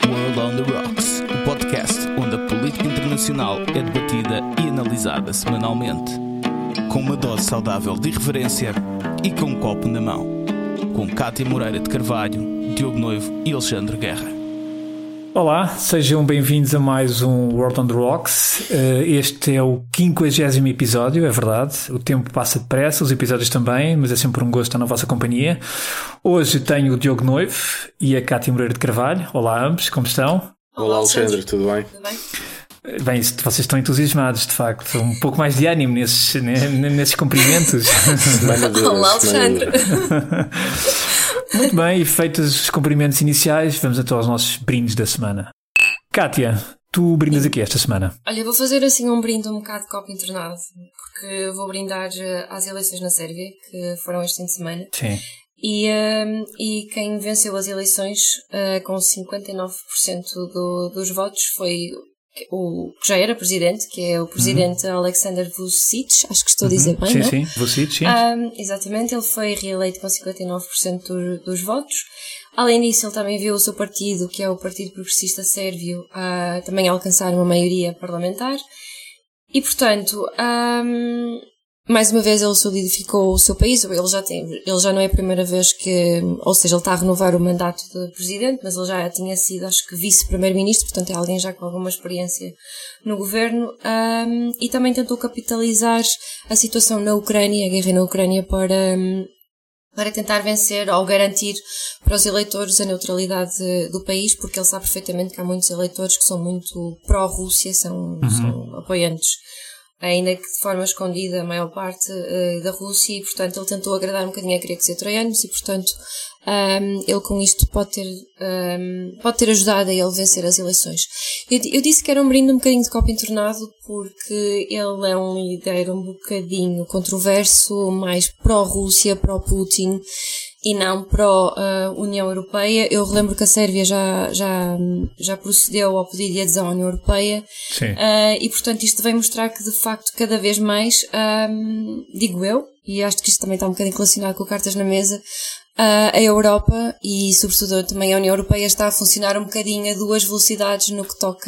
World on the Rocks, o podcast onde a política internacional é debatida e analisada semanalmente, com uma dose saudável de irreverência e com um copo na mão, com Cátia Moreira de Carvalho, Diogo Noivo e Alexandre Guerra. Olá, sejam bem-vindos a mais um World on the Rocks. Este é o 50º episódio, é verdade. O tempo passa depressa, os episódios também, mas é sempre um gosto estar na vossa companhia. Hoje tenho o Diogo Noivo e a Cátia Moreira de Carvalho. Olá ambos, como estão? Olá Alexandre, tudo bem? Tudo bem? Bem, vocês estão entusiasmados, de facto. Um pouco mais de ânimo nesses cumprimentos. Olá Alexandre. Muito bem, e feitos os cumprimentos iniciais, vamos então aos nossos brindes da semana. Cátia, tu brindas aqui esta semana? Olha, vou fazer assim um brinde um bocado de copo entornado, porque vou brindar às eleições na Sérvia, que foram este fim de semana. Sim. E quem venceu as eleições com 59% dos votos foi o que já era presidente, que é o presidente Aleksandar Vučić, acho que estou a dizer bem, sim, não? Sim, Vučić, sim. Exatamente, ele foi reeleito com 59% dos votos. Além disso, ele também viu o seu partido, que é o Partido Progressista Sérvio, também alcançar uma maioria parlamentar. E, portanto, mais uma vez ele solidificou o seu país. Ele já não é a primeira vez ou seja, ele está a renovar o mandato de presidente, mas ele já tinha sido, acho que, vice-primeiro-ministro, portanto é alguém já com alguma experiência no governo, e também tentou capitalizar a situação na Ucrânia, a guerra na Ucrânia, para tentar vencer ou garantir para os eleitores a neutralidade do país, porque ele sabe perfeitamente que há muitos eleitores que são muito pró-Rússia, são apoiantes, ainda que de forma escondida, a maior parte da Rússia, e portanto ele tentou agradar um bocadinho a gregos e troianos, e portanto ele com isto pode ter ajudado a ele vencer as eleições. Eu disse que era um brinde um bocadinho de copo entornado, porque ele é um líder um bocadinho controverso, mais pró-Rússia, pró-Putin, e não pró-União Europeia. Eu relembro que a Sérvia já procedeu ao pedido de adesão à União Europeia. Sim. E portanto isto vem mostrar que de facto cada vez mais, digo eu, e acho que isto também está um bocadinho relacionado com cartas na mesa, a Europa e sobretudo também a União Europeia está a funcionar um bocadinho a duas velocidades no que toca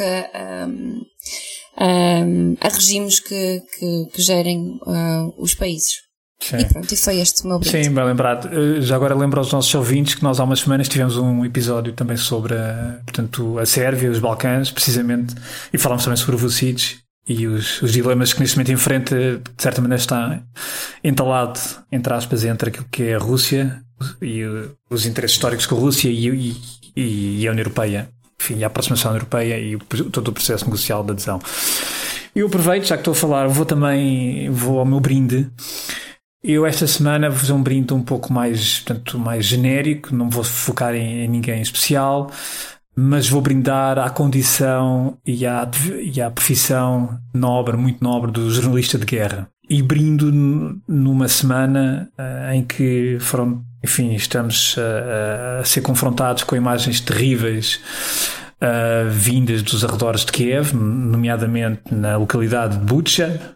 a regimes que gerem os países. Sim. E pronto, e foi este o meu brinde. Sim, bem lembrado. Já agora lembro aos nossos ouvintes que nós há umas semanas tivemos um episódio também sobre a Sérvia, os Balcãs, precisamente, e falámos também sobre o Vučić e os dilemas que neste momento enfrenta, de certa maneira está entalado, entre aspas, entre aquilo que é a Rússia e os interesses históricos com a Rússia e a União Europeia, enfim, a aproximação europeia e todo o processo negocial de adesão. Eu aproveito, já que estou a falar, vou ao meu brinde. Eu esta semana vou fazer um brinde um pouco mais genérico, não vou focar em ninguém especial, mas vou brindar à condição e à profissão nobre, muito nobre, do jornalista de guerra. E brindo numa semana em que estamos a ser confrontados com imagens terríveis vindas dos arredores de Kiev, nomeadamente na localidade de Bucha,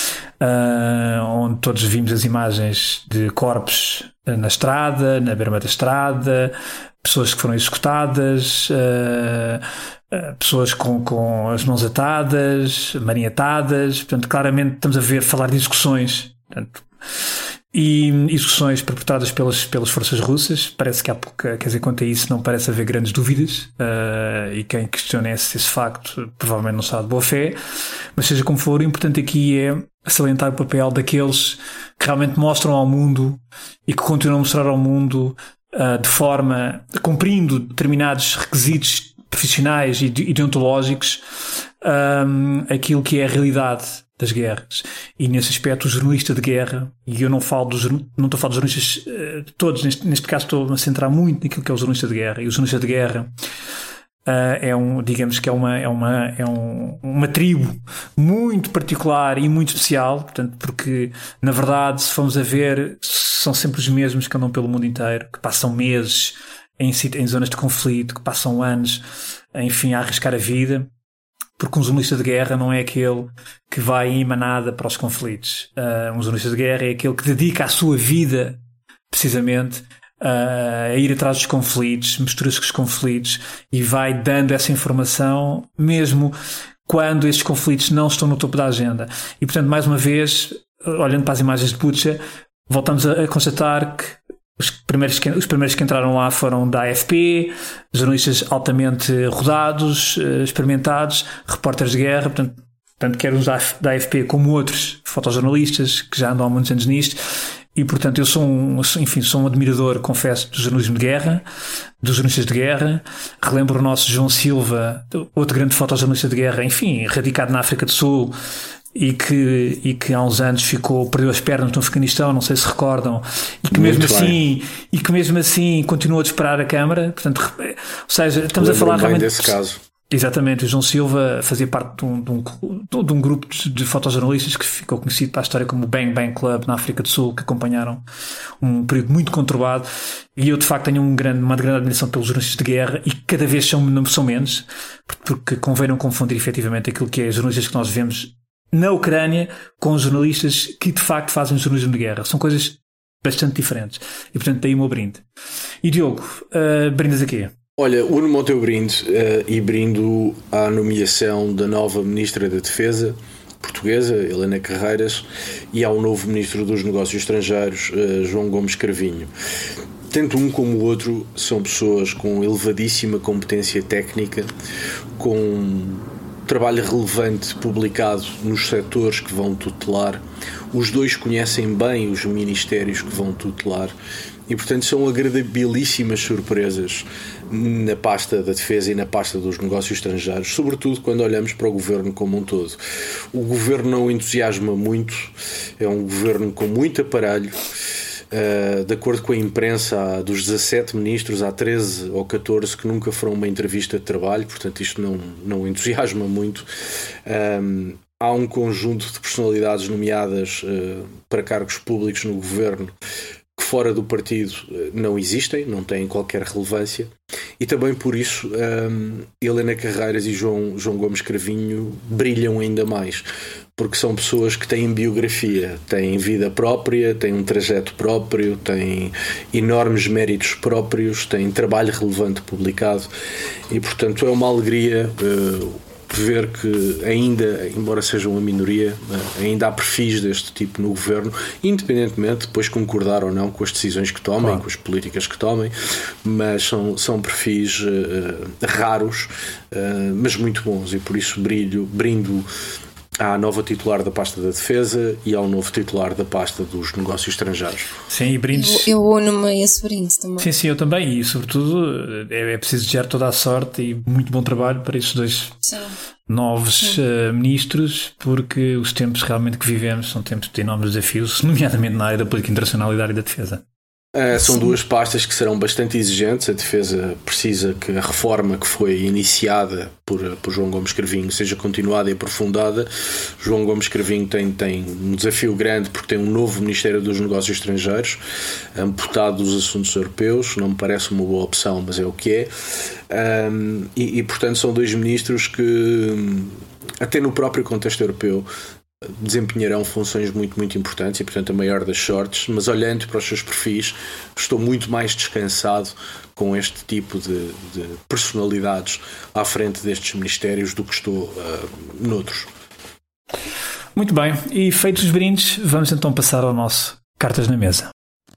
onde todos vimos as imagens de corpos na estrada, na berma da estrada, pessoas que foram executadas, pessoas com as mãos atadas, maniatadas. Portanto, claramente estamos a falar de execuções, e execuções perpetradas pelas forças russas. Parece que há pouca, quer dizer, quanto a isso não parece haver grandes dúvidas, e quem questiona esse facto provavelmente não está de boa fé, mas seja como for, o importante aqui é salientar o papel daqueles que realmente mostram ao mundo e que continuam a mostrar ao mundo de forma, cumprindo determinados requisitos profissionais e deontológicos, aquilo que é a realidade das guerras. E nesse aspecto o jornalista de guerra, e eu não estou a falar dos jornalistas todos, neste caso estou a centrar muito naquilo que é o jornalista de guerra, e o jornalista de guerra digamos que é uma tribo muito particular e muito especial, portanto, porque na verdade, se formos a ver, são sempre os mesmos que andam pelo mundo inteiro, que passam meses em zonas de conflito, que passam anos, enfim, a arriscar a vida, porque um jornalista de guerra não é aquele que vai em manada para os conflitos. Um jornalista de guerra é aquele que dedica a sua vida, precisamente, a ir atrás dos conflitos, mistura-se com os conflitos e vai dando essa informação mesmo quando estes conflitos não estão no topo da agenda. E, portanto, mais uma vez, olhando para as imagens de Bucha, voltamos a constatar que os primeiros que entraram lá foram da AFP, jornalistas altamente rodados, experimentados, repórteres de guerra, portanto quer os da AFP como outros fotojornalistas que já andam há muitos anos nisto. E, portanto, eu sou um admirador, confesso, do jornalismo de guerra, dos jornalistas de guerra. Relembro o nosso João Silva, outro grande fotojornalista de guerra, enfim, radicado na África do Sul e que há uns anos perdeu as pernas no Afeganistão, não sei se recordam, e que mesmo assim continuou a disparar a câmara. Portanto, ou seja, estamos a falar realmente desse caso. Exatamente, o João Silva fazia parte de um grupo de fotojornalistas que ficou conhecido para a história como o Bang Bang Club na África do Sul, que acompanharam um período muito conturbado, e eu de facto tenho uma grande admiração pelos jornalistas de guerra, e cada vez são menos, porque convém não confundir efetivamente aquilo que é jornalistas que nós vemos na Ucrânia com jornalistas que de facto fazem jornalismo de guerra. São coisas bastante diferentes, e portanto daí o meu brinde. E Diogo, brindas a quê? Olha, uno-me ao teu brinde e brindo à nomeação da nova Ministra da Defesa portuguesa, Helena Carreiras, e ao novo Ministro dos Negócios Estrangeiros, João Gomes Cravinho. Tanto um como o outro são pessoas com elevadíssima competência técnica, com trabalho relevante publicado nos setores que vão tutelar. Os dois conhecem bem os ministérios que vão tutelar e, portanto, são agradabilíssimas surpresas na pasta da defesa e na pasta dos negócios estrangeiros, sobretudo quando olhamos para o governo como um todo. O governo não entusiasma muito, é um governo com muito aparelho. De acordo com a imprensa, dos 17 ministros, há 13 ou 14 que nunca foram uma entrevista de trabalho, portanto isto não entusiasma muito. Há um conjunto de personalidades nomeadas para cargos públicos no governo que fora do partido não existem, não têm qualquer relevância, e também por isso Helena Carreiras e João Gomes Cravinho brilham ainda mais, porque são pessoas que têm biografia, têm vida própria, têm um trajeto próprio, têm enormes méritos próprios, têm trabalho relevante publicado, e portanto é uma alegria ver que ainda, embora seja uma minoria, ainda há perfis deste tipo no governo, independentemente de depois concordar ou não com as decisões que tomem, claro, com as políticas que tomem, mas são perfis raros, mas muito bons, e por isso brindo à nova titular da pasta da defesa e ao novo titular da pasta dos negócios estrangeiros. Sim, e brindes. Eu uno-me a esse brinde também. Sim, eu também, e sobretudo é preciso desejar toda a sorte e muito bom trabalho para estes dois novos ministros, porque os tempos realmente que vivemos são tempos de enormes desafios, nomeadamente na área da política internacional e da área da defesa. São duas pastas que serão bastante exigentes. A defesa precisa que a reforma que foi iniciada por João Gomes Cravinho seja continuada e aprofundada. João Gomes Cravinho tem um desafio grande porque tem um novo Ministério dos Negócios Estrangeiros, amputado dos assuntos europeus. Não me parece uma boa opção, mas é o que é. E portanto são dois ministros que, até no próprio contexto europeu, desempenharão funções muito, muito importantes, e portanto a maior das sortes, mas olhando para os seus perfis estou muito mais descansado com este tipo de personalidades à frente destes ministérios do que estou noutros. Muito bem, e feitos os brindes, vamos então passar ao nosso Cartas na Mesa.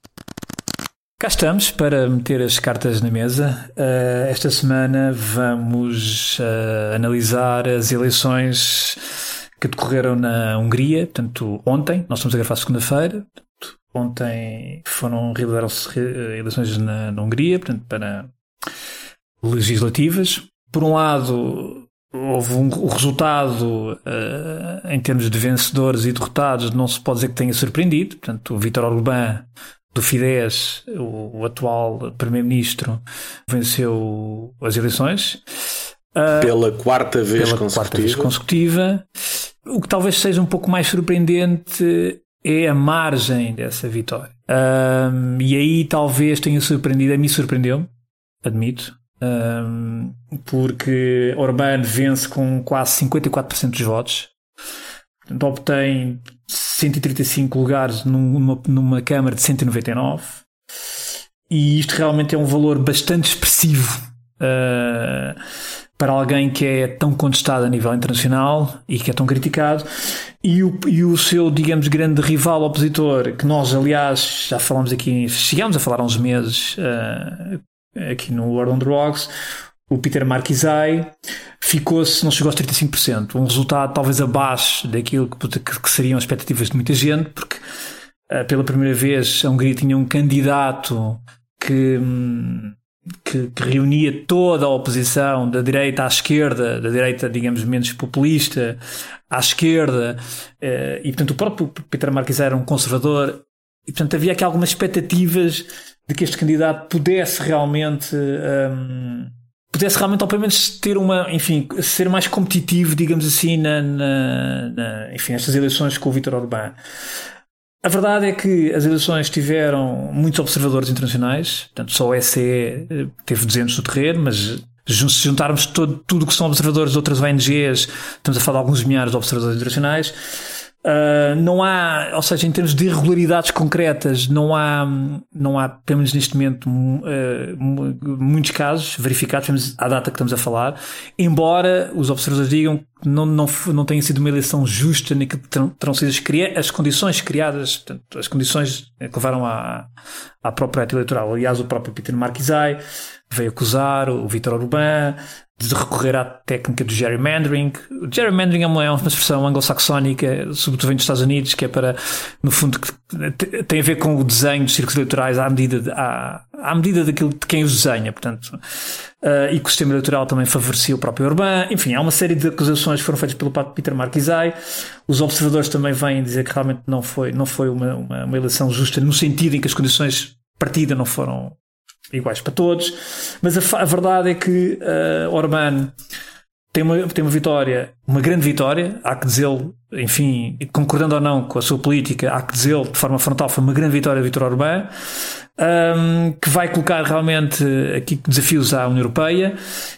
Cá estamos para meter as cartas na mesa. Esta semana vamos analisar as eleições que decorreram na Hungria, portanto ontem, nós estamos a gravar segunda-feira, ontem realizaram-se eleições na Hungria, portanto para legislativas. Por um lado, houve o resultado em termos de vencedores e derrotados, não se pode dizer que tenha surpreendido, portanto o Viktor Orbán do Fidesz, o atual primeiro-ministro, venceu as eleições. Pela quarta vez consecutiva. O que talvez seja um pouco mais surpreendente é a margem dessa vitória. E aí talvez tenha surpreendido, a mim surpreendeu-me, admito, porque Orbán vence com quase 54% dos votos. Portanto, obtém 135 lugares numa Câmara de 199. e isto realmente é um valor bastante expressivo para alguém que é tão contestado a nível internacional e que é tão criticado, e o seu, digamos, grande rival opositor, que nós, aliás, já falamos aqui, chegámos a falar há uns meses aqui no World on the Rocks, o Peter Markizai, ficou-se, não chegou aos 35%, um resultado talvez abaixo daquilo que seriam as expectativas de muita gente, porque pela primeira vez a Hungria tinha um candidato que reunia toda a oposição, da direita à esquerda, da direita, digamos, menos populista, à esquerda, e portanto o próprio Peter Markizai era um conservador, e portanto havia aqui algumas expectativas de que este candidato pudesse realmente ao menos ter ser mais competitivo, digamos assim, enfim, nestas eleições com o Viktor Orbán. A verdade é que as eleições tiveram muitos observadores internacionais, portanto só o SCE teve 200 no terreno, mas se juntarmos tudo que são observadores de outras ONGs, estamos a falar de alguns milhares de observadores internacionais. Não há, ou seja, em termos de irregularidades concretas, não há, pelo menos neste momento, muitos casos verificados, pelo menos à data que estamos a falar, embora os observadores digam que não tenha sido uma eleição justa, nem que terão sido as condições criadas, portanto, as condições que levaram à própria ato eleitoral. Aliás, o próprio Peter Markizai veio acusar o Viktor Orbán de recorrer à técnica do gerrymandering. O gerrymandering é uma expressão anglo-saxónica, sobretudo vem dos Estados Unidos, que é para, no fundo, que tem a ver com o desenho dos círculos eleitorais à medida daquilo de quem os desenha, portanto, e que o sistema eleitoral também favorecia o próprio Orbán. Enfim, há uma série de acusações que foram feitas pelo Peter Markizai. Os observadores também vêm dizer que realmente não foi uma eleição justa, no sentido em que as condições de partida não foram iguais para todos, mas a verdade é que Orbán tem uma vitória, uma grande vitória, há que dizê-lo, enfim, concordando ou não com a sua política, há que dizê-lo de forma frontal, foi uma grande vitória de Viktor Orbán, que vai colocar realmente aqui desafios à União Europeia.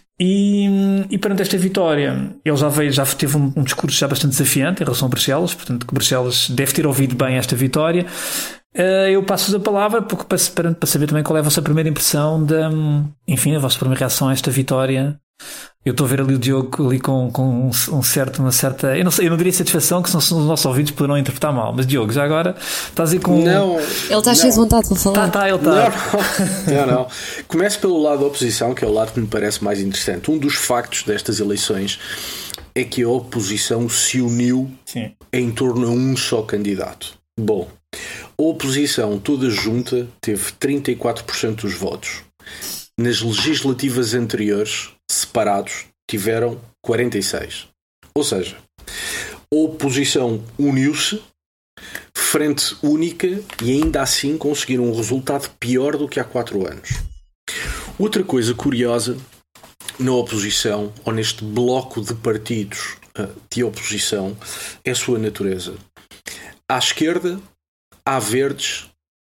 E perante esta vitória, ele já teve um discurso já bastante desafiante em relação a Bruxelas, portanto que Bruxelas deve ter ouvido bem esta vitória. Eu passo-vos a palavra para saber também qual é a vossa primeira impressão, enfim, a vossa primeira reação a esta vitória. Eu estou a ver ali o Diogo ali com uma certa, eu não diria satisfação, que senão os nossos ouvidos poderão interpretar mal, mas Diogo, já agora estás aí com... Não, ele está cheio de vontade para falar. Ele está. Não. Começo pelo lado da oposição, que é o lado que me parece mais interessante. Um dos factos destas eleições é que a oposição se uniu em torno a um só candidato. Bom, a oposição toda junta teve 34% dos votos. Nas legislativas anteriores, separados, tiveram 46%. Ou seja, a oposição uniu-se, frente única, e ainda assim conseguiram um resultado pior do que há 4 anos. Outra coisa curiosa na oposição, ou neste bloco de partidos de oposição, é a sua natureza. À esquerda, há verdes,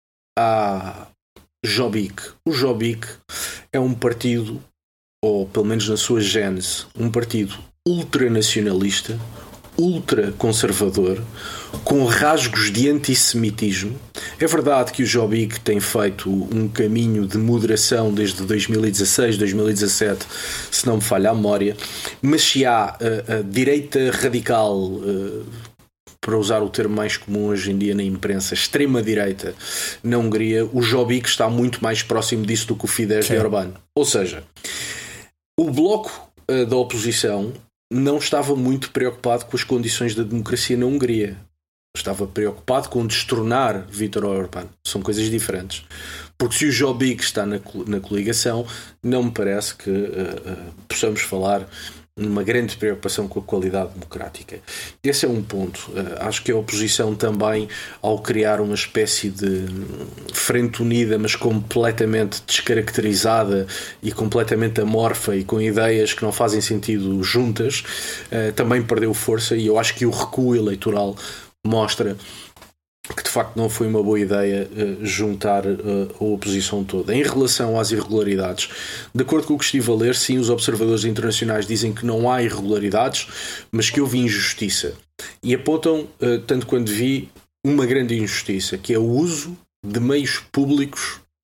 há Jobbik. O Jobbik é um partido, ou pelo menos na sua gênese, um partido ultranacionalista, ultraconservador, com rasgos de antissemitismo. É verdade que o Jobbik tem feito um caminho de moderação desde 2016, 2017, se não me falha a memória, mas se há a direita radical, para usar o termo mais comum hoje em dia na imprensa, extrema-direita na Hungria, o Jobbik está muito mais próximo disso do que o Fidesz de Orbán. Ou seja, o bloco da oposição não estava muito preocupado com as condições da democracia na Hungria. Estava preocupado com destronar Viktor Orbán. São coisas diferentes. Porque se o Jobbik está na coligação, não me parece que possamos falar numa grande preocupação com a qualidade democrática. Esse é um ponto. Acho que a oposição também, ao criar uma espécie de frente unida, mas completamente descaracterizada e completamente amorfa e com ideias que não fazem sentido juntas, também perdeu força, e eu acho que o recuo eleitoral mostra que de facto não foi uma boa ideia juntar a oposição toda. Em relação às irregularidades, de acordo com o que estive a ler, sim, os observadores internacionais dizem que não há irregularidades, mas que houve injustiça. E apontam, tanto quanto vi, uma grande injustiça, que é o uso de meios públicos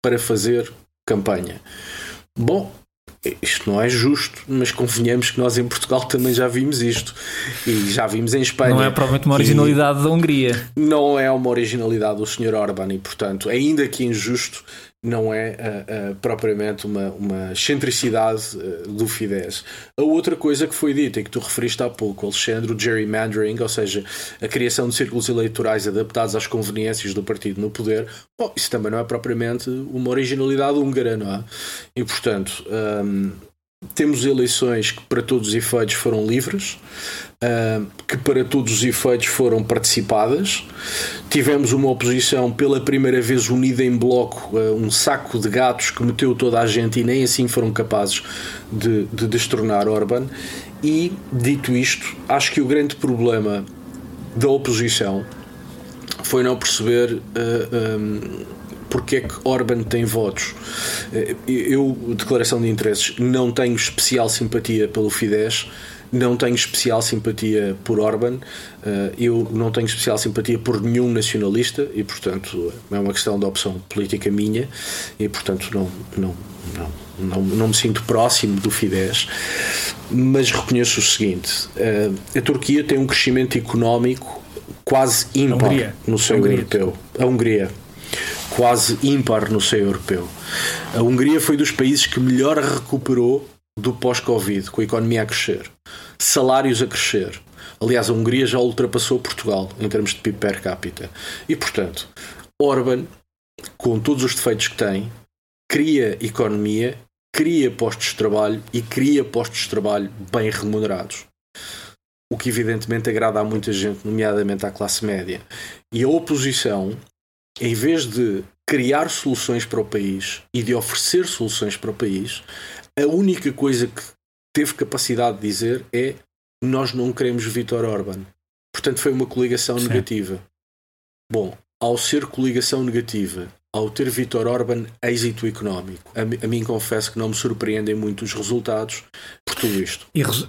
para fazer campanha. Bom, isto não é justo, mas convenhamos que nós em Portugal também já vimos isto e já vimos em Espanha. Não é provavelmente uma originalidade da Hungria. Não é uma originalidade do Sr. Orbán e, portanto, ainda que injusto, não é propriamente uma excentricidade do Fidesz. A outra coisa que foi dita e que tu referiste há pouco, Alexandre, o gerrymandering, ou seja, a criação de círculos eleitorais adaptados às conveniências do partido no poder, isso também não é propriamente uma originalidade húngara, não é? E, portanto, temos eleições que para todos os efeitos foram livres, que para todos os efeitos foram participadas. Tivemos uma oposição pela primeira vez unida em bloco, um saco de gatos que meteu toda a gente e nem assim foram capazes de destronar Orbán. E, dito isto, acho que o grande problema da oposição foi não perceber porque é que Orbán tem votos. Eu, declaração de interesses, não tenho especial simpatia pelo Fidesz, não tenho especial simpatia por Orbán, eu não tenho especial simpatia por nenhum nacionalista e, portanto, é uma questão de opção política minha e, portanto, não me sinto próximo do Fidesz, mas reconheço o seguinte: a Turquia tem um crescimento económico quase ímpar no seio europeu. A Hungria quase ímpar no seio europeu. A Hungria foi dos países que melhor recuperou do pós-Covid, com a economia a crescer, salários a crescer. Aliás, a Hungria já ultrapassou Portugal em termos de PIB per capita. E, portanto, Orbán, com todos os defeitos que tem, cria economia, cria postos de trabalho e cria postos de trabalho bem remunerados. O que evidentemente agrada a muita gente, nomeadamente à classe média. E a oposição, em vez de criar soluções para o país e de oferecer soluções para o país, a única coisa que teve capacidade de dizer é: nós não queremos Viktor Orbán. Portanto, foi uma coligação negativa. Bom, ao ser coligação negativa, ao ter Viktor Orbán êxito económico, a mim confesso que não me surpreendem muito os resultados por tudo isto.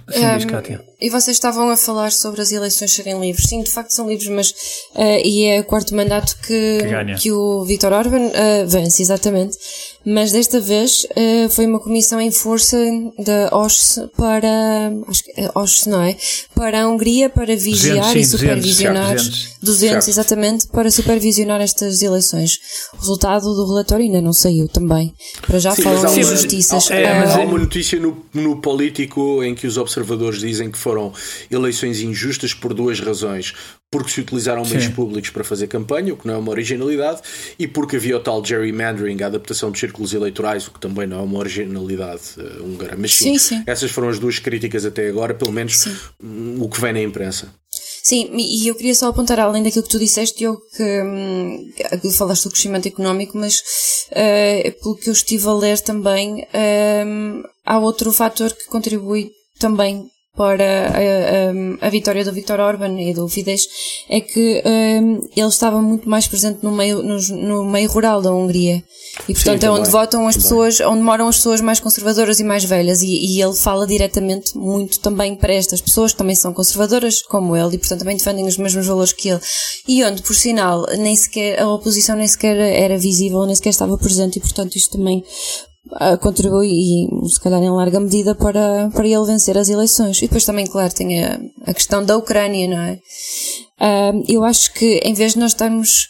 E vocês estavam a falar sobre as eleições serem livres. Sim, de facto são livres, mas e é o quarto mandato que o Viktor Orbán vence, exatamente. Mas desta vez foi uma comissão em força da OSCE para, acho que é OSCE, não é? Para a Hungria, para vigiar e supervisionar 200 exatamente, para supervisionar estas eleições. O resultado do relatório ainda não saiu também. Para já falam de justiças. Há uma notícia no Político em que os observadores dizem que foram eleições injustas por duas razões: porque se utilizaram meios públicos para fazer campanha, o que não é uma originalidade, e porque havia o tal gerrymandering, a adaptação de círculos eleitorais, o que também não é uma originalidade húngara. Mas sim, essas foram as duas críticas até agora, pelo menos o que vem na imprensa. Sim, e eu queria só apontar, além daquilo que tu disseste, Diogo, que falaste do crescimento económico, mas pelo que eu estive a ler também, há outro fator que contribui também para a vitória do Viktor Orbán e do Fidesz, é que ele estava muito mais presente no meio rural da Hungria. E portanto é onde votam as pessoas, onde moram as pessoas mais conservadoras e mais velhas, e ele fala diretamente muito também para estas pessoas que também são conservadoras como ele e portanto também defendem os mesmos valores que ele, e onde por sinal nem sequer a oposição nem sequer era visível, nem sequer estava presente, e portanto isto também contribui, e se calhar em larga medida, para ele vencer as eleições. E depois também, claro, tem a questão da Ucrânia, não é? Eu acho que em vez de nós estarmos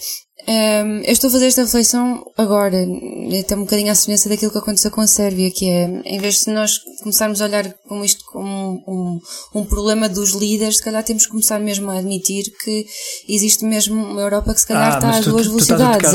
eu estou a fazer esta reflexão agora, até um bocadinho à semelhança daquilo que aconteceu com a Sérvia, que é, em vez de nós começarmos a olhar como isto como um problema dos líderes, se calhar temos que começar mesmo a admitir que existe mesmo uma Europa que se calhar está às duas velocidades,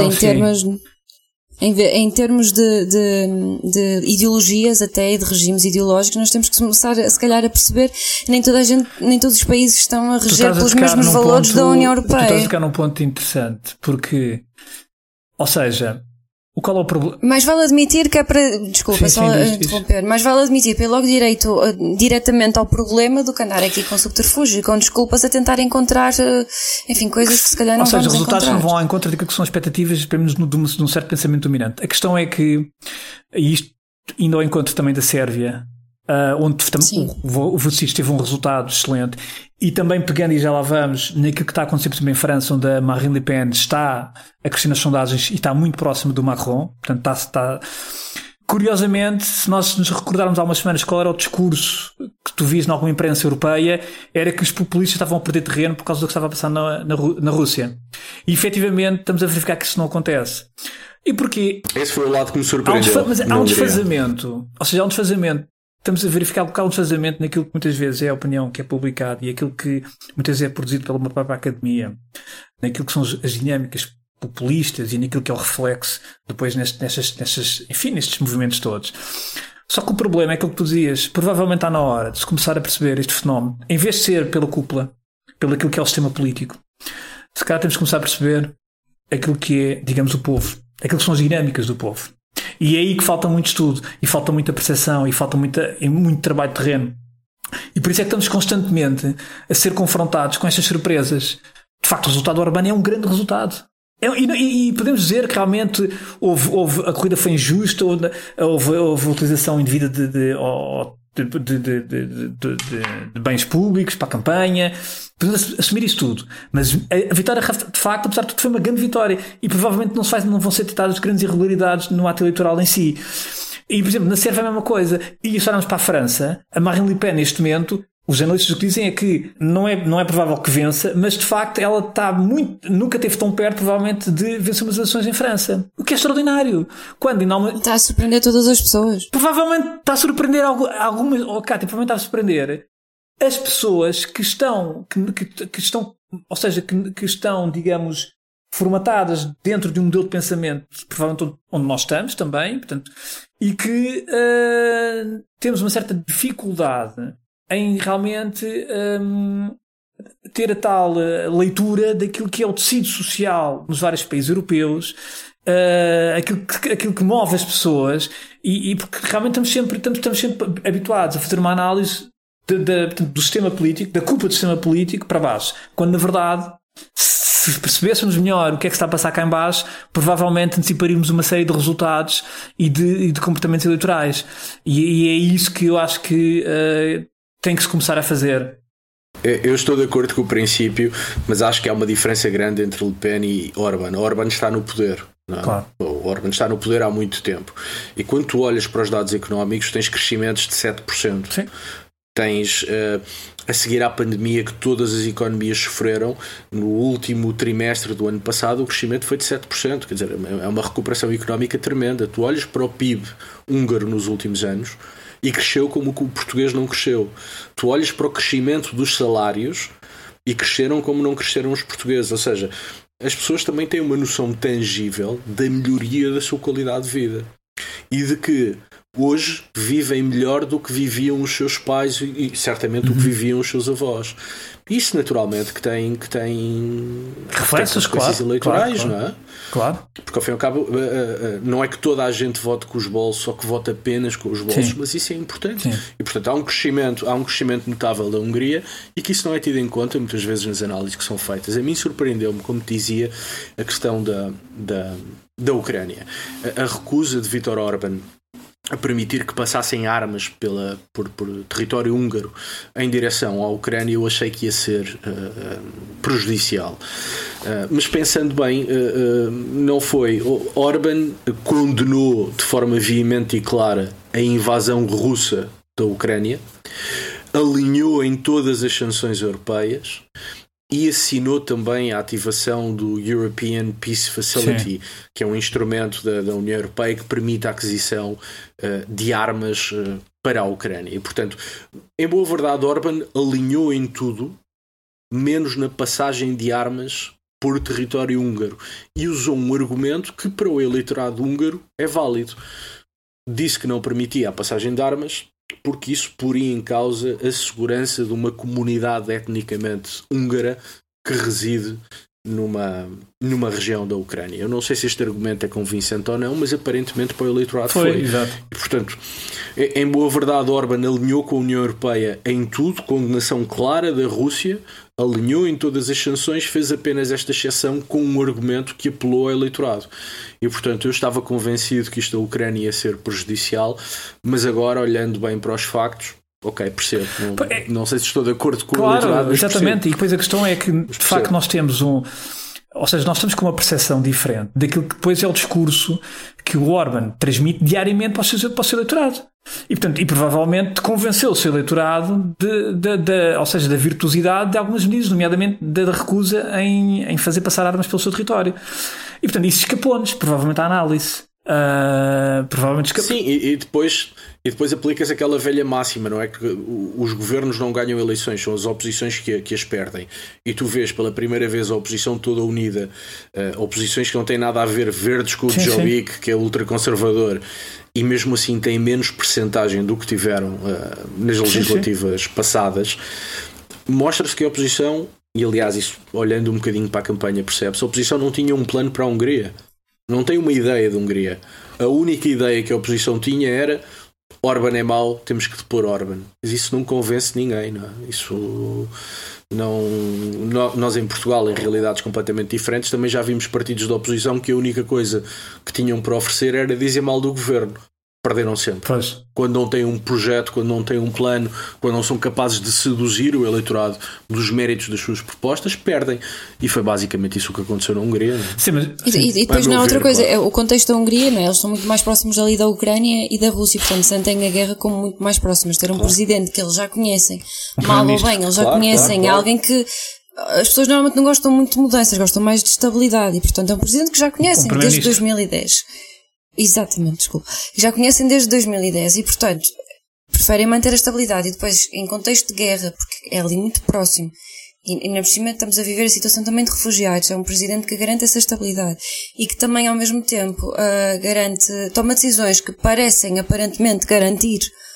em termos de ideologias até, e de regimes ideológicos. Nós temos que começar se calhar a perceber que nem todos os países estão a reger pelos mesmos valores da União Europeia. Tu estás a tocar num ponto interessante, porque, ou seja, qual é o problema? Mais vale admitir que é para... Desculpa, interromper. Mais vale admitir que é logo diretamente ao problema do que andar aqui com subterfúgio e com desculpas a tentar encontrar, enfim, coisas que se calhar não vamos encontrar. Ou seja, os resultados não vão ao encontro daquilo que são expectativas, pelo menos de um certo pensamento dominante. A questão é que, e isto indo ao encontro também da Sérvia, onde o Vučić teve um resultado excelente, e também pegando, e já lá vamos, naquilo que está acontecendo também em França, onde a Marine Le Pen está a crescer nas sondagens e está muito próximo do Macron. Portanto, está... Curiosamente, se nós nos recordarmos há umas semanas qual era o discurso que tu vias em alguma imprensa europeia, era que os populistas estavam a perder terreno por causa do que estava a passar na Rússia. E efetivamente estamos a verificar que isso não acontece. E porquê? Esse foi o lado que me surpreendeu. Mas há um desfazamento. Ou seja, há um desfazamento. Estamos a verificar um desfazamento naquilo que muitas vezes é a opinião que é publicada e aquilo que muitas vezes é produzido pela própria academia, naquilo que são as dinâmicas populistas e naquilo que é o reflexo depois nestes movimentos todos. Só que o problema é aquilo que tu dizias, provavelmente está na hora de se começar a perceber este fenómeno, em vez de ser pela cúpula, pelo aquilo que é o sistema político, se calhar temos que começar a perceber aquilo que é, digamos, o povo, aquilo que são as dinâmicas do povo. E é aí que falta muito estudo, e falta muita percepção, e falta muito trabalho de terreno. E por isso é que estamos constantemente a ser confrontados com estas surpresas. De facto, o resultado do Orbán é um grande resultado. E podemos dizer que realmente a corrida foi injusta, houve utilização indevida de bens públicos para a campanha. Podemos assumir isso tudo, mas a vitória, de facto, apesar de tudo, foi uma grande vitória, e provavelmente não vão ser detectadas grandes irregularidades no ato eleitoral em si. E, por exemplo, na Sérvia é a mesma coisa. E se olharmos para a França, a Marine Le Pen neste momento, os analistas o que dizem é que não é provável que vença, mas de facto ela está nunca esteve tão perto, provavelmente, de vencer umas eleições em França. O que é extraordinário. Está a surpreender todas as pessoas. Provavelmente está a surpreender algumas, Cátia, provavelmente está a surpreender as pessoas que estão, ou seja, que estão, digamos, formatadas dentro de um modelo de pensamento, provavelmente onde nós estamos também, portanto, e que temos uma certa dificuldade em realmente ter a tal leitura daquilo que é o tecido social nos vários países europeus, aquilo que move as pessoas, e porque realmente estamos sempre habituados a fazer uma análise do sistema político, da culpa do sistema político para baixo, quando na verdade, se percebêssemos melhor o que é que está a passar cá em baixo, provavelmente anteciparíamos uma série de resultados e de comportamentos eleitorais, e é isso que eu acho que tem que se começar a fazer. Eu estou de acordo com o princípio, mas acho que há uma diferença grande entre Le Pen e Orbán. Orbán está no poder. Não é? Claro. O Orbán está no poder há muito tempo. E quando tu olhas para os dados económicos, tens crescimentos de 7%. Sim. Tens, a seguir à pandemia que todas as economias sofreram, no último trimestre do ano passado o crescimento foi de 7%. Quer dizer, é uma recuperação económica tremenda. Tu olhas para o PIB húngaro nos últimos anos e cresceu como o português não cresceu. Tu olhas para o crescimento dos salários e cresceram como não cresceram os portugueses. Ou seja, as pessoas também têm uma noção tangível da melhoria da sua qualidade de vida e de que hoje vivem melhor do que viviam os seus pais e certamente do que viviam os seus avós. Isso naturalmente que tem reflexos, consequências eleitorais, claro. Não é? Claro. Porque ao fim e ao cabo não é que toda a gente vote com os bolsos ou que vote apenas com os bolsos. Sim. Mas isso é importante. Sim. E portanto há um crescimento notável da Hungria e que isso não é tido em conta muitas vezes nas análises que são feitas. A mim surpreendeu-me, como te dizia, a questão da Ucrânia. A recusa de Viktor Orbán a permitir que passassem armas por território húngaro em direção à Ucrânia, eu achei que ia ser prejudicial. Mas pensando bem, não foi. Orbán condenou de forma veemente e clara a invasão russa da Ucrânia, alinhou em todas as sanções europeias e assinou também a ativação do European Peace Facility, sim, que é um instrumento da União Europeia que permite a aquisição de armas para a Ucrânia. E, portanto, em boa verdade, Orbán alinhou em tudo, menos na passagem de armas por território húngaro. E usou um argumento que para o eleitorado húngaro é válido. Disse que não permitia a passagem de armas porque isso poria em causa a segurança de uma comunidade etnicamente húngara que reside numa região da Ucrânia. Eu não sei se este argumento é convincente ou não, mas aparentemente para o eleitorado foi. Exato. E, portanto, em boa verdade, Orbán alinhou com a União Europeia em tudo, condenação clara da Rússia, alinhou em todas as sanções, fez apenas esta exceção com um argumento que apelou ao eleitorado. E, portanto, eu estava convencido que isto da Ucrânia ia ser prejudicial, mas agora, olhando bem para os factos, ok, percebo. Não sei se estou de acordo com o eleitorado. Exatamente. Percebo. E depois a questão é que, de facto, nós temos ou seja, nós estamos com uma percepção diferente daquilo que depois é o discurso que o Orbán transmite diariamente para o seu eleitorado. E, portanto, provavelmente convenceu o seu eleitorado ou seja, da virtuosidade de algumas medidas, nomeadamente da recusa em fazer passar armas pelo seu território. E, portanto, isso escapou-nos, provavelmente, à análise. Sim, e depois aplica-se aquela velha máxima, não é? Que os governos não ganham eleições, são as oposições que as perdem. E tu vês pela primeira vez a oposição toda unida, oposições que não têm nada a ver, verdes com o Jobbik, que é ultraconservador, e mesmo assim têm menos percentagem do que tiveram nas legislativas passadas. Mostra-se que a oposição, e aliás, isso, olhando um bocadinho para a campanha, percebe-se, a oposição não tinha um plano para a Hungria. Não tem uma ideia de Hungria. A única ideia que a oposição tinha era: Orbán é mau, temos que depor Orbán. Mas isso não convence ninguém, não é? Isso não. Nós em Portugal, em realidades completamente diferentes, também já vimos partidos da oposição que a única coisa que tinham para oferecer era dizer mal do governo. Perderam sempre. Pois. Quando não têm um projeto, quando não têm um plano, quando não são capazes de seduzir o eleitorado dos méritos das suas propostas, perdem. E foi basicamente isso que aconteceu na Hungria. Não é? Sim, mas... E depois não há outra coisa, claro. O contexto da Hungria, não é? Eles estão muito mais próximos ali da Ucrânia e da Rússia, portanto sentem a guerra como muito mais próximos. Ter um presidente que eles já conhecem, mal ou bem, eles já conhecem, claro. Alguém que as pessoas normalmente não gostam muito de mudanças, gostam mais de estabilidade, e portanto é um presidente que já conhecem desde 2010. Exatamente, desculpa. Já conhecem desde 2010 e, portanto, preferem manter a estabilidade. E depois, em contexto de guerra, porque é ali muito próximo, e na por cima estamos a viver a situação também de refugiados, é um presidente que garante essa estabilidade e que também, ao mesmo tempo, toma decisões que parecem aparentemente garantir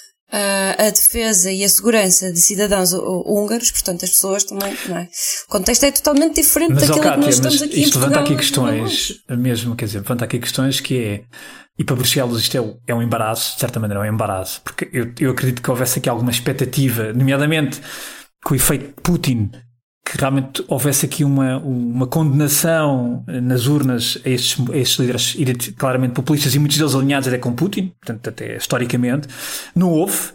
a defesa e a segurança de cidadãos húngaros, portanto as pessoas também, não é? O contexto é totalmente diferente daquilo que nós estamos aqui em Portugal. Levanta aqui questões, mesmo, quer dizer, levanta aqui questões que é, e para Bruxelas isto é um embaraço, de certa maneira é um embaraço, porque eu acredito que houvesse aqui alguma expectativa, nomeadamente com o efeito Putin, que realmente houvesse aqui uma condenação nas urnas a estes líderes claramente populistas, e muitos deles alinhados até com Putin, portanto até historicamente, não houve.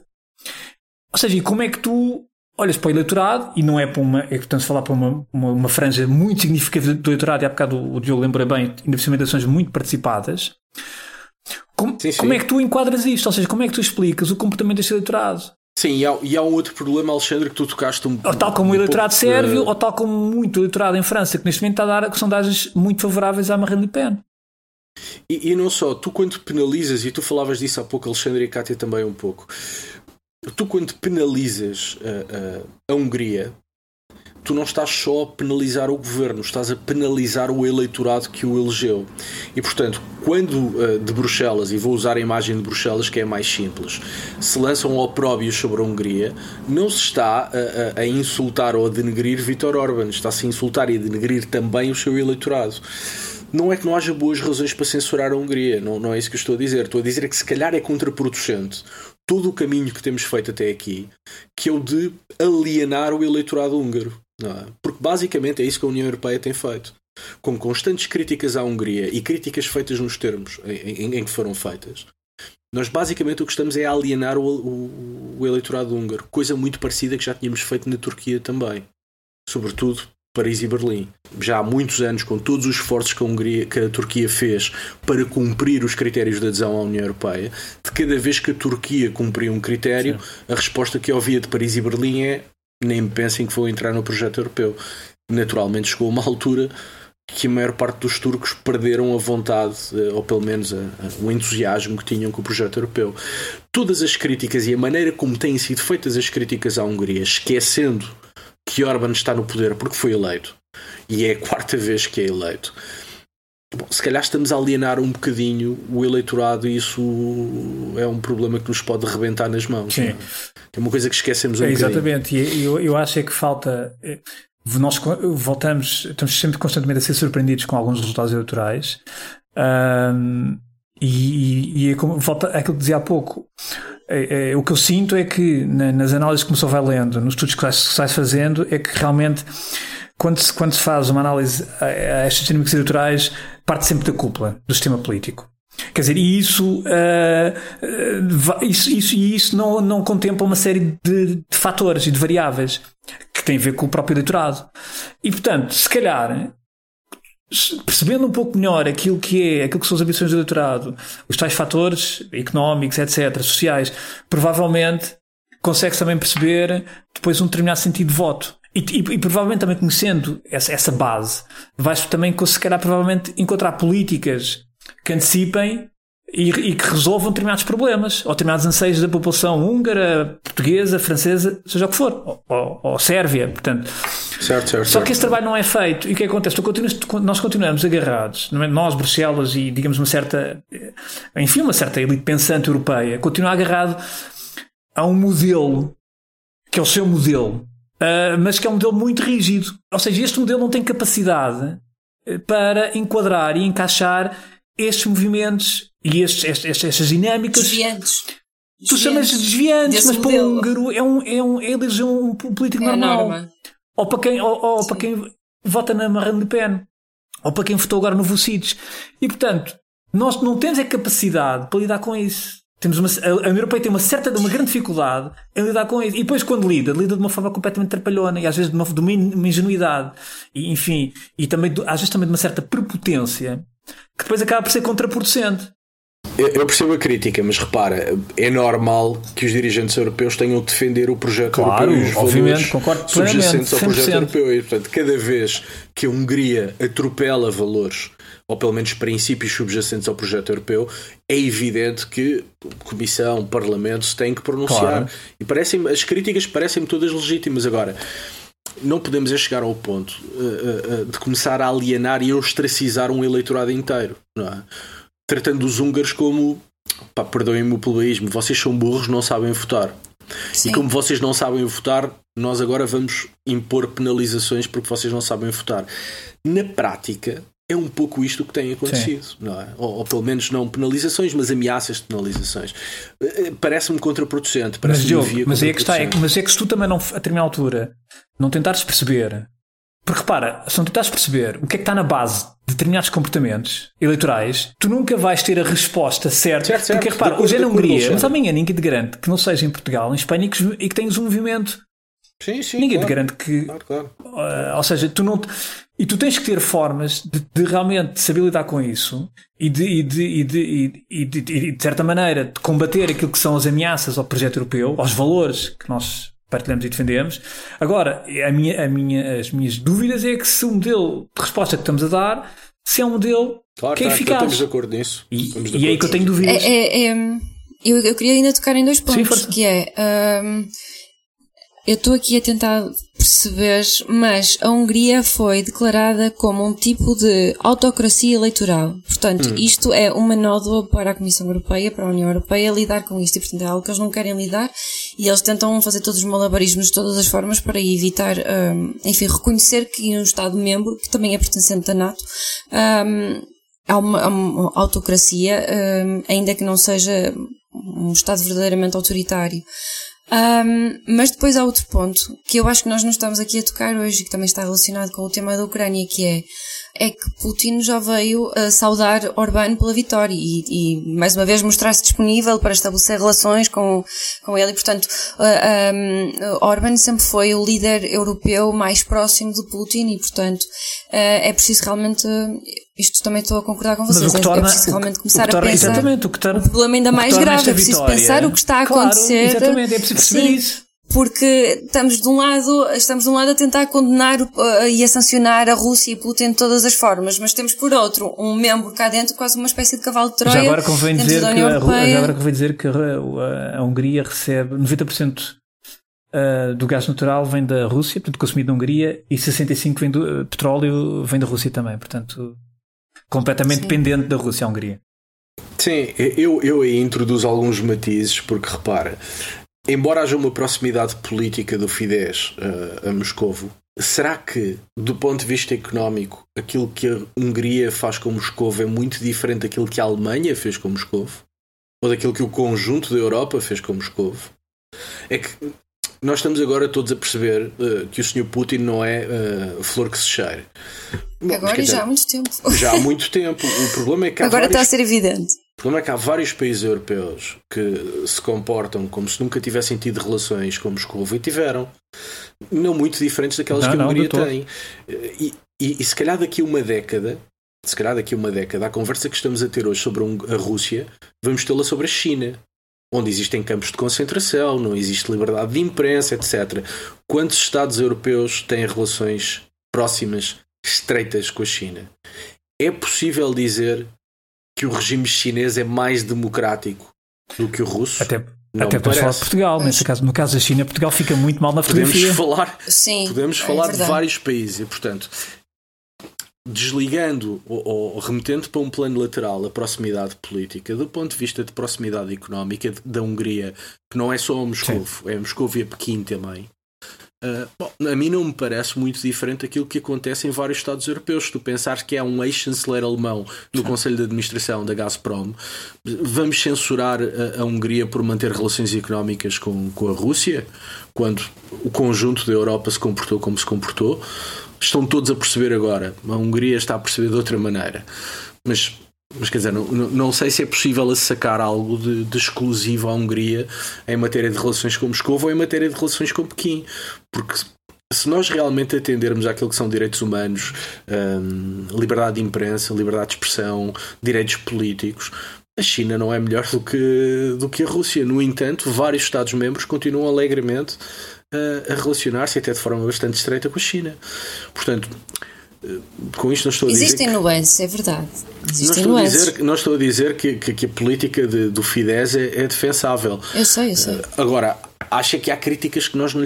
Ou seja, e como é que tu olhas para o eleitorado, e não é para portanto, falar para uma franja muito significativa do eleitorado, e há bocado o Diogo lembra bem, ainda por cima de eleições muito participadas, como é que tu enquadras isto? Ou seja, como é que tu explicas o comportamento deste eleitorado? Sim, e há um outro problema, Alexandre, que tu tocaste ou tal como o eleitorado sérvio, ou tal como muito eleitorado em França, que neste momento está a dar sondagens muito favoráveis à Marine Le Pen. E não só, tu quando penalizas, e tu falavas disso há pouco, Alexandre, e a Cátia também um pouco, tu quando penalizas a Hungria, tu não estás só a penalizar o governo, estás a penalizar o eleitorado que o elegeu. E, portanto, quando de Bruxelas, e vou usar a imagem de Bruxelas que é mais simples, se lançam opróbios sobre a Hungria, não se está a insultar ou a denegrir Viktor Orbán, está-se a insultar e a denegrir também o seu eleitorado. Não é que não haja boas razões para censurar a Hungria, não é isso que eu estou a dizer. Estou a dizer que se calhar é contraproducente todo o caminho que temos feito até aqui, que é o de alienar o eleitorado húngaro. Não é? Porque basicamente é isso que a União Europeia tem feito. Com constantes críticas à Hungria e críticas feitas nos termos em que foram feitas, nós basicamente o que estamos é a alienar o eleitorado húngaro. Coisa muito parecida que já tínhamos feito na Turquia também. Sobretudo Paris e Berlim. Já há muitos anos, com todos os esforços que a Turquia fez para cumprir os critérios de adesão à União Europeia, de cada vez que a Turquia cumpria um critério, sim, a resposta que eu ouvia de Paris e Berlim é: nem pensem que vou entrar no projeto europeu. Naturalmente chegou uma altura que a maior parte dos turcos perderam a vontade, ou pelo menos o entusiasmo que tinham com o projeto europeu. Todas as críticas e a maneira como têm sido feitas as críticas à Hungria, esquecendo que Orbán está no poder porque foi eleito, e é a quarta vez que é eleito. Bom, se calhar estamos a alienar um bocadinho o eleitorado, e isso é um problema que nos pode rebentar nas mãos. Sim. É uma coisa que esquecemos um bocadinho. Exatamente, e eu acho é que falta... estamos sempre constantemente a ser surpreendidos com alguns resultados eleitorais, e é como, volta àquilo que dizia há pouco. O que eu sinto é que nas análises que vai lendo, nos estudos que se vai fazendo, é que realmente quando se faz uma análise a estas dinâmicas eleitorais, parte sempre da cúpula do sistema político. Quer dizer, e isso não contempla uma série de fatores e de variáveis que têm a ver com o próprio eleitorado. E, portanto, se calhar, percebendo um pouco melhor aquilo que são as ambições do eleitorado, os tais fatores económicos, etc., sociais, provavelmente consegue-se também perceber depois um determinado sentido de voto. E provavelmente também conhecendo essa base, vais também conseguir provavelmente encontrar políticas que antecipem e que resolvam determinados problemas ou determinados anseios da população húngara, portuguesa, francesa, seja o que for, ou sérvia, portanto. Certo. Só que esse trabalho não é feito. E o que acontece? Nós continuamos agarrados, nós, Bruxelas e, digamos, uma certa elite pensante europeia, continua agarrado a um modelo que é o seu modelo, mas que é um modelo muito rígido. Ou seja, este modelo não tem capacidade para enquadrar e encaixar estes movimentos e estas dinâmicas. Desviantes. Tu chamas de desviantes, mas para um húngaro é eleger um político normal. Norma. Ou para quem vota na Marine Le Pen, ou para quem votou agora no Vučić. E, portanto, nós não temos a capacidade para lidar com isso. A União Europeia tem uma grande dificuldade em lidar com isso. E depois, quando lida de uma forma completamente trapalhona e às vezes de uma ingenuidade, e, enfim, e também, às vezes também de uma certa prepotência, que depois acaba por ser contraproducente. Eu percebo a crítica, mas repara, é normal que os dirigentes europeus tenham de defender o projeto europeu e os valores subjacentes ao projeto europeu. E, portanto, cada vez que a Hungria atropela valores, ou pelo menos princípios subjacentes ao projeto europeu, é evidente que a Comissão, o Parlamento se têm que pronunciar. E as críticas parecem-me todas legítimas. Agora, não podemos chegar ao ponto de começar a alienar e ostracizar um eleitorado inteiro, não é? Tratando os húngaros como, perdoem-me o plebeísmo, vocês são burros, não sabem votar. Sim. E como vocês não sabem votar, nós agora vamos impor penalizações porque vocês não sabem votar. Na prática, é um pouco isto que tem acontecido, não é? Ou pelo menos não penalizações, mas ameaças de penalizações. Parece-me contraproducente. Mas é que se tu também não, a determinada altura, não tentares perceber, porque repara, se não tentares perceber o que é que está na base de determinados comportamentos eleitorais, tu nunca vais ter a resposta certa. Certo. Porque repara, hoje é na Hungria, mas amanhã ninguém te garante que não seja em Portugal, em Espanha, e que tenhas um movimento. Sim, ninguém te garante que. Claro. Ou seja, tu não. E tu tens que ter formas de realmente saber lidar com isso e de certa maneira de combater aquilo que são as ameaças ao projeto europeu, aos valores que nós partilhamos e defendemos. Agora, as minhas dúvidas é que se o modelo de resposta que estamos a dar, se é um modelo que é eficaz. Estamos de acordo nisso. E é aí que eu tenho dúvidas. Eu queria ainda tocar em dois pontos, que é... eu estou aqui a tentar perceber, mas a Hungria foi declarada como um tipo de autocracia eleitoral. Portanto, isto é uma nódoa para a Comissão Europeia, para a União Europeia, lidar com isto. E, portanto, é algo que eles não querem lidar e eles tentam fazer todos os malabarismos de todas as formas para evitar, reconhecer que um Estado-membro, que também é pertencente da NATO, há uma autocracia, ainda que não seja um Estado verdadeiramente autoritário. Mas depois há outro ponto que eu acho que nós não estamos aqui a tocar hoje e que também está relacionado com o tema da Ucrânia, que é que Putin já veio saudar Orbán pela vitória e mais uma vez mostrar-se disponível para estabelecer relações com ele e, portanto, Orbán sempre foi o líder europeu mais próximo de Putin e, portanto, é preciso realmente... Isto também estou a concordar com vocês. É preciso realmente começar a pensar. O problema ainda mais grave. É preciso pensar o que está a acontecer. Exatamente, é preciso perceber isso. Porque estamos de um lado a tentar condenar e a sancionar a Rússia e Putin de todas as formas, mas temos por outro um membro cá dentro, quase uma espécie de cavalo de Troia. Já agora convém dizer que a Hungria recebe 90% do gás natural vem da Rússia, portanto consumido na Hungria, e 65% vem do petróleo vem da Rússia também, portanto completamente dependente da Rússia, a Hungria. Sim, eu aí introduzo alguns matizes, porque repara, embora haja uma proximidade política do Fidesz a Moscovo, será que, do ponto de vista económico, aquilo que a Hungria faz com Moscovo é muito diferente daquilo que a Alemanha fez com Moscovo? Ou daquilo que o conjunto da Europa fez com Moscovo? É que nós estamos agora todos a perceber que o Sr. Putin não é flor que se cheire. Bom, agora já há muito tempo. Já há muito tempo. O problema é que agora está a ser evidente. O problema é que há vários países europeus que se comportam como se nunca tivessem tido relações com Moscovo e tiveram. Não muito diferentes daquelas que a Hungria tem. E se calhar daqui a uma década, a conversa que estamos a ter hoje sobre a Rússia, vamos tê-la sobre a China, onde existem campos de concentração, não existe liberdade de imprensa, etc. Quantos Estados europeus têm relações próximas, estreitas com a China? É possível dizer que o regime chinês é mais democrático do que o russo? Até podemos falar de Portugal, no caso da China, Portugal fica muito mal na fotografia. Podemos falar de vários países e, portanto, desligando ou remetendo para um plano lateral a proximidade política, do ponto de vista de proximidade económica da Hungria, que não é só a Moscovo, é a Moscovo e a Pequim também. A mim não me parece muito diferente daquilo que acontece em vários Estados europeus. Se tu pensares que há um ex-chanceler alemão no Conselho de Administração da Gazprom, vamos censurar a Hungria por manter relações económicas com a Rússia, quando o conjunto da Europa se comportou como se comportou? Estão todos a perceber agora. A Hungria está a perceber de outra maneira. Mas quer dizer, não sei se é possível sacar algo de exclusivo à Hungria em matéria de relações com Moscou ou em matéria de relações com Pequim. Porque se nós realmente atendermos àquilo que são direitos humanos, liberdade de imprensa, liberdade de expressão, direitos políticos, a China não é melhor do que a Rússia. No entanto, vários Estados-membros continuam alegremente a relacionar-se até de forma bastante estreita com a China. Portanto, com isto não estou a dizer... Existem nuances, é verdade. Não estou a dizer que a política do Fidesz é defensável. Eu sei. Agora, acha que há críticas que nós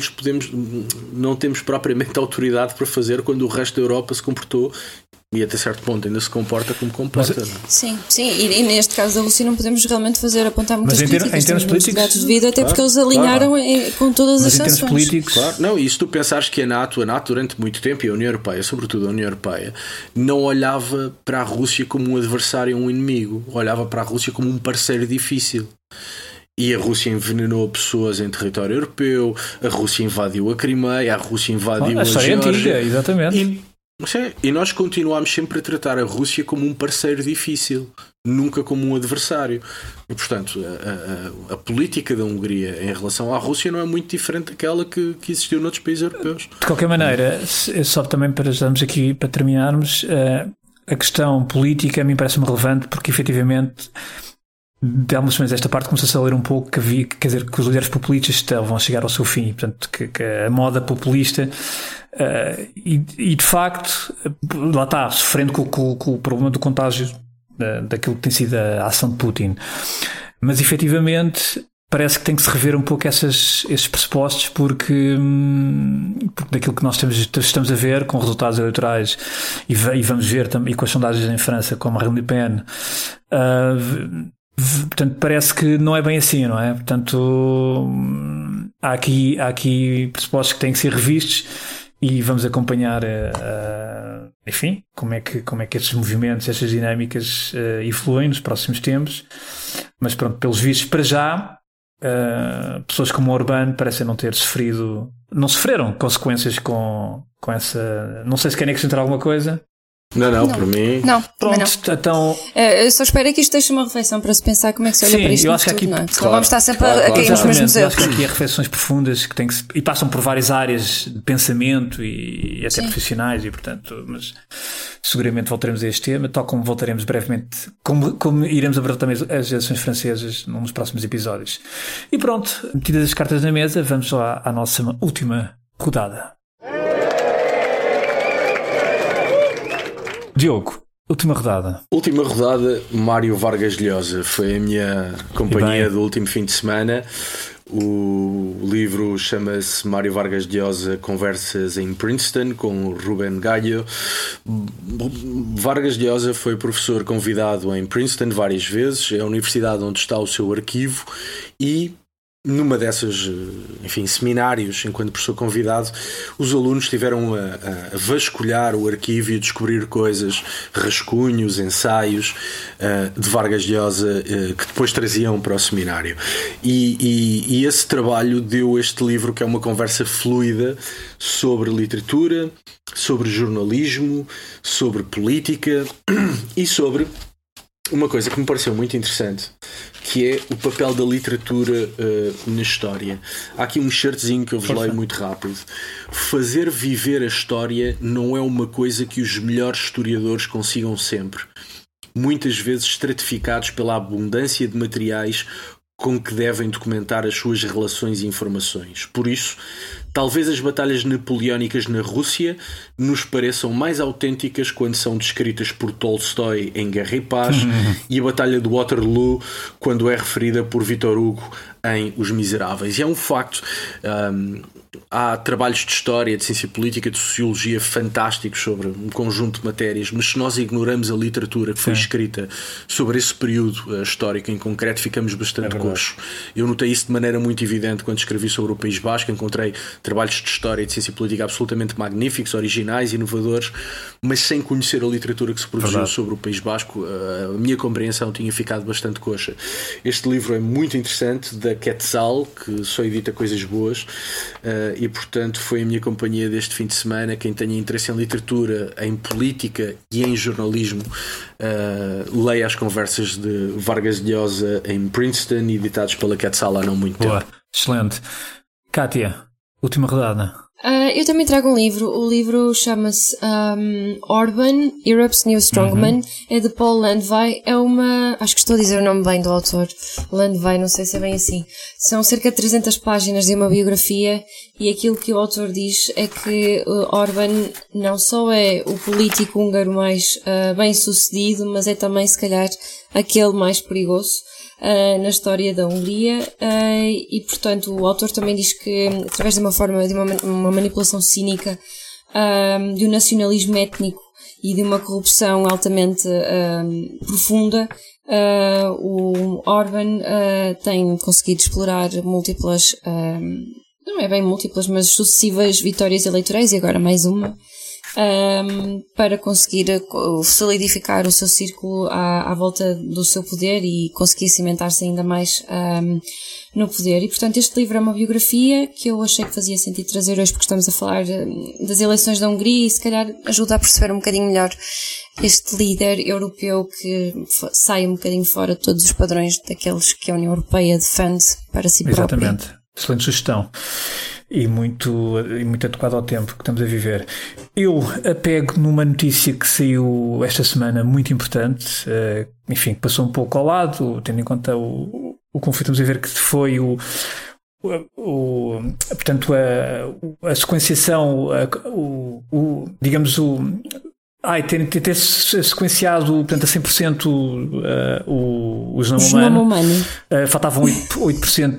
não temos propriamente autoridade para fazer quando o resto da Europa se comportou e até certo ponto ainda se comporta como comporta. Sim, e neste caso da Rússia não podemos realmente apontar muitas críticas. Em termos políticos, devido, até porque eles alinharam com todas as sanções. Em termos políticos, não, e se tu pensares que a NATO durante muito tempo, e a União Europeia, sobretudo a União Europeia, não olhava para a Rússia como um adversário, um inimigo, olhava para a Rússia como um parceiro difícil. E a Rússia envenenou pessoas em território europeu, a Rússia invadiu a Crimeia, a Rússia invadiu a Geórgia. Exatamente. E nós continuámos sempre a tratar a Rússia como um parceiro difícil, nunca como um adversário. E, portanto, a política da Hungria em relação à Rússia não é muito diferente daquela que existiu noutros países europeus. De qualquer maneira, só também para terminarmos, a questão política a mim parece-me relevante porque, efetivamente, de algumas semanas esta parte começou-se a ler um pouco que os líderes populistas estavam a chegar ao seu fim, portanto que a moda populista e de facto lá está, sofrendo com o problema do contágio daquilo que tem sido a ação de Putin, mas efetivamente parece que tem que se rever um pouco esses pressupostos porque daquilo que nós estamos a ver com resultados eleitorais e vamos ver também com as sondagens em França como Marine Le Pen, portanto parece que não é bem assim, não é? Portanto há aqui pressupostos que têm que ser revistos e vamos acompanhar enfim, como é que estes movimentos, estas dinâmicas evoluem nos próximos tempos, mas pronto, pelos vistos para já pessoas como o Orbán parecem não ter não sofreram consequências com essa. Não sei se querem acrescentar alguma coisa. Não, por mim. Não, pronto, não. Então. Eu só espero que isto deixe uma reflexão para se pensar como é que se olha para isto. Eu acho que aqui, não é? Claro, vamos estar sempre a cair nos mesmos erros. Eu acho que aqui há reflexões profundas que e passam por várias áreas de pensamento e até profissionais, e portanto, mas seguramente voltaremos a este tema, tal como voltaremos brevemente, como iremos abordar também as eleições francesas nos próximos episódios. E pronto, metidas as cartas na mesa, vamos lá à nossa última rodada. Diogo, última rodada. Última rodada, Mário Vargas Llosa. Foi a minha companhia do último fim de semana. O livro chama-se Mário Vargas Llosa, Conversas em Princeton, com Rubén Gallo. Vargas Llosa foi professor convidado em Princeton várias vezes. É a universidade onde está o seu arquivo e numa dessas, enfim, seminários, enquanto professor convidado, os alunos tiveram a vasculhar o arquivo e a descobrir coisas, rascunhos, ensaios de Vargas Llosa que depois traziam para o seminário. E esse trabalho deu este livro, que é uma conversa fluida sobre literatura, sobre jornalismo, sobre política e sobre uma coisa que me pareceu muito interessante, que é o papel da literatura na história. Há aqui um excertozinho que eu vos leio muito rápido. Fazer viver a história não é uma coisa que os melhores historiadores consigam sempre, muitas vezes estratificados pela abundância de materiais com que devem documentar as suas relações e informações. Por isso, talvez as batalhas napoleónicas na Rússia nos pareçam mais autênticas quando são descritas por Tolstói em Guerra e Paz e a Batalha de Waterloo quando é referida por Victor Hugo em Os Miseráveis. E é um facto. Há trabalhos de história, de ciência política, de sociologia fantásticos sobre um conjunto de matérias, mas se nós ignoramos a literatura que foi escrita sobre esse período histórico em concreto, ficamos bastante coxos. Eu notei isso de maneira muito evidente quando escrevi sobre o País Basco. Encontrei trabalhos de história e de ciência política absolutamente magníficos, originais, inovadores, mas sem conhecer a literatura que se produziu sobre o País Basco, a minha compreensão tinha ficado bastante coxa. Este livro é muito interessante, da Quetzal, que só edita coisas boas, e portanto foi a minha companhia deste fim de semana. Quem tenha interesse em literatura, em política e em jornalismo, leia as conversas de Vargas Llosa em Princeton, editados pela Quetzal há não muito tempo. Excelente. Kátia, última rodada. Eu também trago um livro. O livro chama-se Orban, Europe's New Strongman. É de Paul Landvai. Acho que estou a dizer o nome bem do autor. Landvai, não sei se é bem assim. São cerca de 300 páginas de uma biografia, e aquilo que o autor diz é que Orban não só é o político húngaro mais bem sucedido, mas é também, se calhar, aquele mais perigoso na história da Hungria, e portanto o autor também diz que, através de uma forma de uma manipulação cínica, de um nacionalismo étnico e de uma corrupção altamente profunda, o Orban tem conseguido explorar múltiplas, não é bem múltiplas, mas sucessivas vitórias eleitorais, e agora mais uma, para conseguir solidificar o seu círculo à volta do seu poder e conseguir cimentar-se ainda mais no poder. E portanto este livro é uma biografia que eu achei que fazia sentido trazer hoje, porque estamos a falar das eleições da Hungria, e se calhar ajuda a perceber um bocadinho melhor este líder europeu que sai um bocadinho fora de todos os padrões daqueles que a União Europeia defende para si própria. Exatamente, excelente sugestão. E muito adequado ao tempo que estamos a viver. Eu apego numa notícia que saiu esta semana, muito importante, enfim, passou um pouco ao lado, tendo em conta o conflito. Estamos a ver que foi portanto, a sequenciação, digamos, ter sequenciado, portanto, a 100% o genoma humano. Faltavam 8%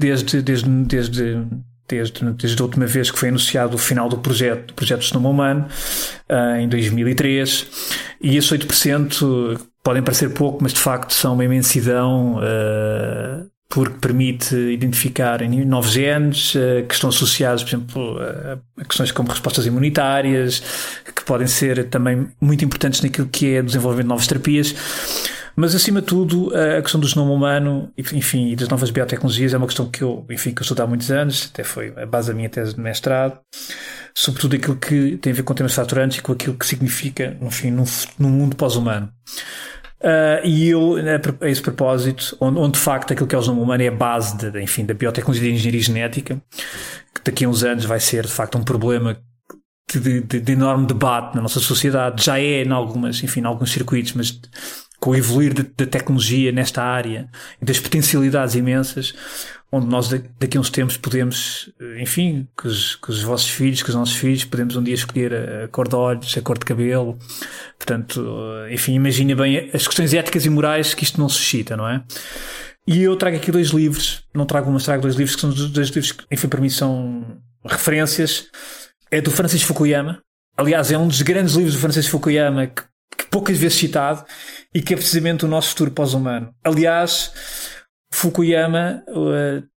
desde a última vez que foi anunciado o final do projeto do genoma humano, em 2003, e esses 8% podem parecer pouco, mas de facto são uma imensidão, porque permite identificar novos genes que estão associados, por exemplo, a questões como respostas imunitárias, que podem ser também muito importantes naquilo que é o desenvolvimento de novas terapias. Mas, acima de tudo, a questão do genoma humano, enfim, e das novas biotecnologias é uma questão que eu estudo há muitos anos, até foi a base da minha tese de mestrado, sobretudo aquilo que tem a ver com temas faturantes e com aquilo que significa, enfim, num mundo pós-humano. E eu, a esse propósito, onde de facto aquilo que é o genoma humano é a base da biotecnologia e da engenharia genética, que daqui a uns anos vai ser, de facto, um problema de enorme debate na nossa sociedade. Já é em alguns circuitos, mas com o evoluir da tecnologia nesta área e das potencialidades imensas, onde nós daqui a uns tempos podemos, enfim, que os vossos filhos, que os nossos filhos, podemos um dia escolher a cor de olhos, a cor de cabelo. Portanto, enfim, imagina bem as questões éticas e morais que isto não suscita, não é? E eu trago aqui dois livros, não trago um, mas trago dois livros que são dois livros que, enfim, para mim são referências. É do Francis Fukuyama. Aliás, é um dos grandes livros do Francis Fukuyama que poucas vezes citado, e que é precisamente o nosso futuro pós-humano. Aliás, Fukuyama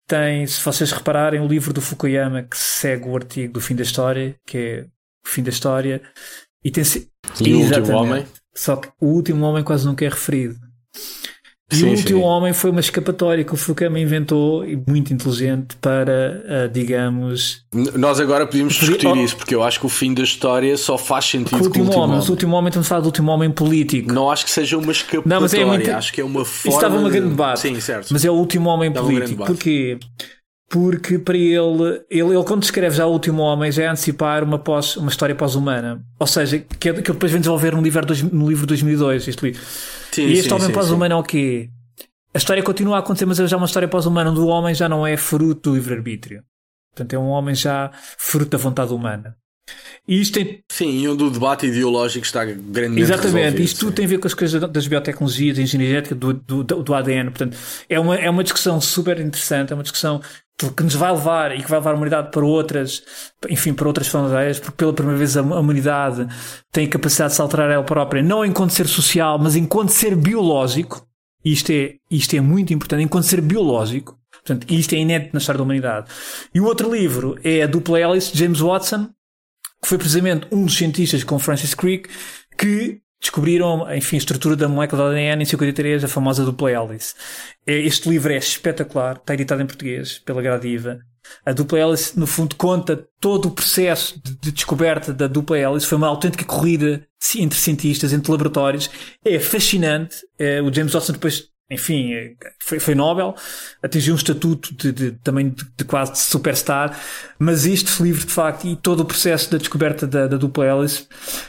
tem, se vocês repararem, o livro do Fukuyama que segue o artigo do fim da história, que é o fim da história, e tem e o último homem. Só que o último homem quase nunca é referido. E o último homem foi uma escapatória que o Fukuyama inventou, e muito inteligente, para, digamos... Nós agora podíamos discutir isso, porque eu acho que o fim da história só faz sentido com o último homem. Mas o último homem, estamos a falar do último homem político. Não acho que seja uma escapatória, acho que é uma forma... Isso estava um grande debate. Sim, certo. Mas é o último homem político. Porquê? Porque para ele quando descreve já o último homem, já é antecipar uma história pós-humana. Ou seja, que ele depois vem desenvolver no livro 2002, este livro. E este homem pós-humano é o quê? A história continua a acontecer, mas é já uma história pós-humana onde o homem já não é fruto do livre-arbítrio. Portanto, é um homem já fruto da vontade humana. E isto tem... Sim, e onde o debate ideológico está grandemente Exatamente, resolvido, isto tudo tem a ver com as coisas das biotecnologias, da engenharia genética, do ADN. Portanto, é uma discussão super interessante, é uma discussão que nos vai levar e que vai levar a humanidade para outras fronteiras, porque pela primeira vez a humanidade tem a capacidade de se alterar ela própria, não enquanto ser social, mas enquanto ser biológico. Isto é muito importante, enquanto ser biológico. Portanto, isto é inédito na história da humanidade. E o outro livro é a Dupla Hélice, de James Watson, que foi precisamente um dos cientistas com Francis Crick que descobriram, enfim, a estrutura da molécula do ADN em 53, a famosa dupla hélice. Este livro é espetacular, está editado em português pela Gradiva. A dupla hélice, no fundo, conta todo o processo de descoberta da dupla hélice. Foi uma autêntica corrida entre cientistas, entre laboratórios. É fascinante. O James Watson depois, enfim, foi Nobel, atingiu um estatuto também de quase superstar, mas este livro, de facto, e todo o processo da descoberta da dupla hélice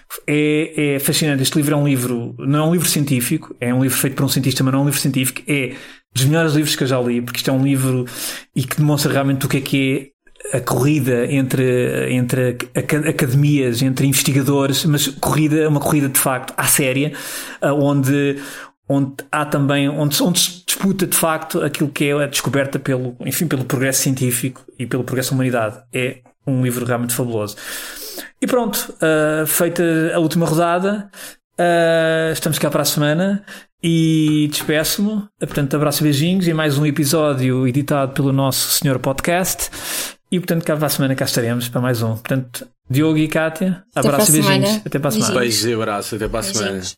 é fascinante. Este livro não é um livro científico, é um livro feito por um cientista, mas não é um livro científico, é dos melhores livros que eu já li, porque isto é um livro e que demonstra realmente o que é a corrida entre academias, entre investigadores, mas uma corrida de facto à séria, onde há também, onde se disputa de facto aquilo que é a descoberta pelo progresso científico e pelo progresso da humanidade. É um livro realmente fabuloso. E pronto, feita a última rodada, estamos cá para a semana e despeço-me. Portanto, abraço e beijinhos e mais um episódio editado pelo nosso senhor podcast. E portanto, cá para a semana cá estaremos para mais um. Portanto, Diogo e Kátia, abraço e beijinhos. Até para a semana. Beijos e abraço, até para a semana.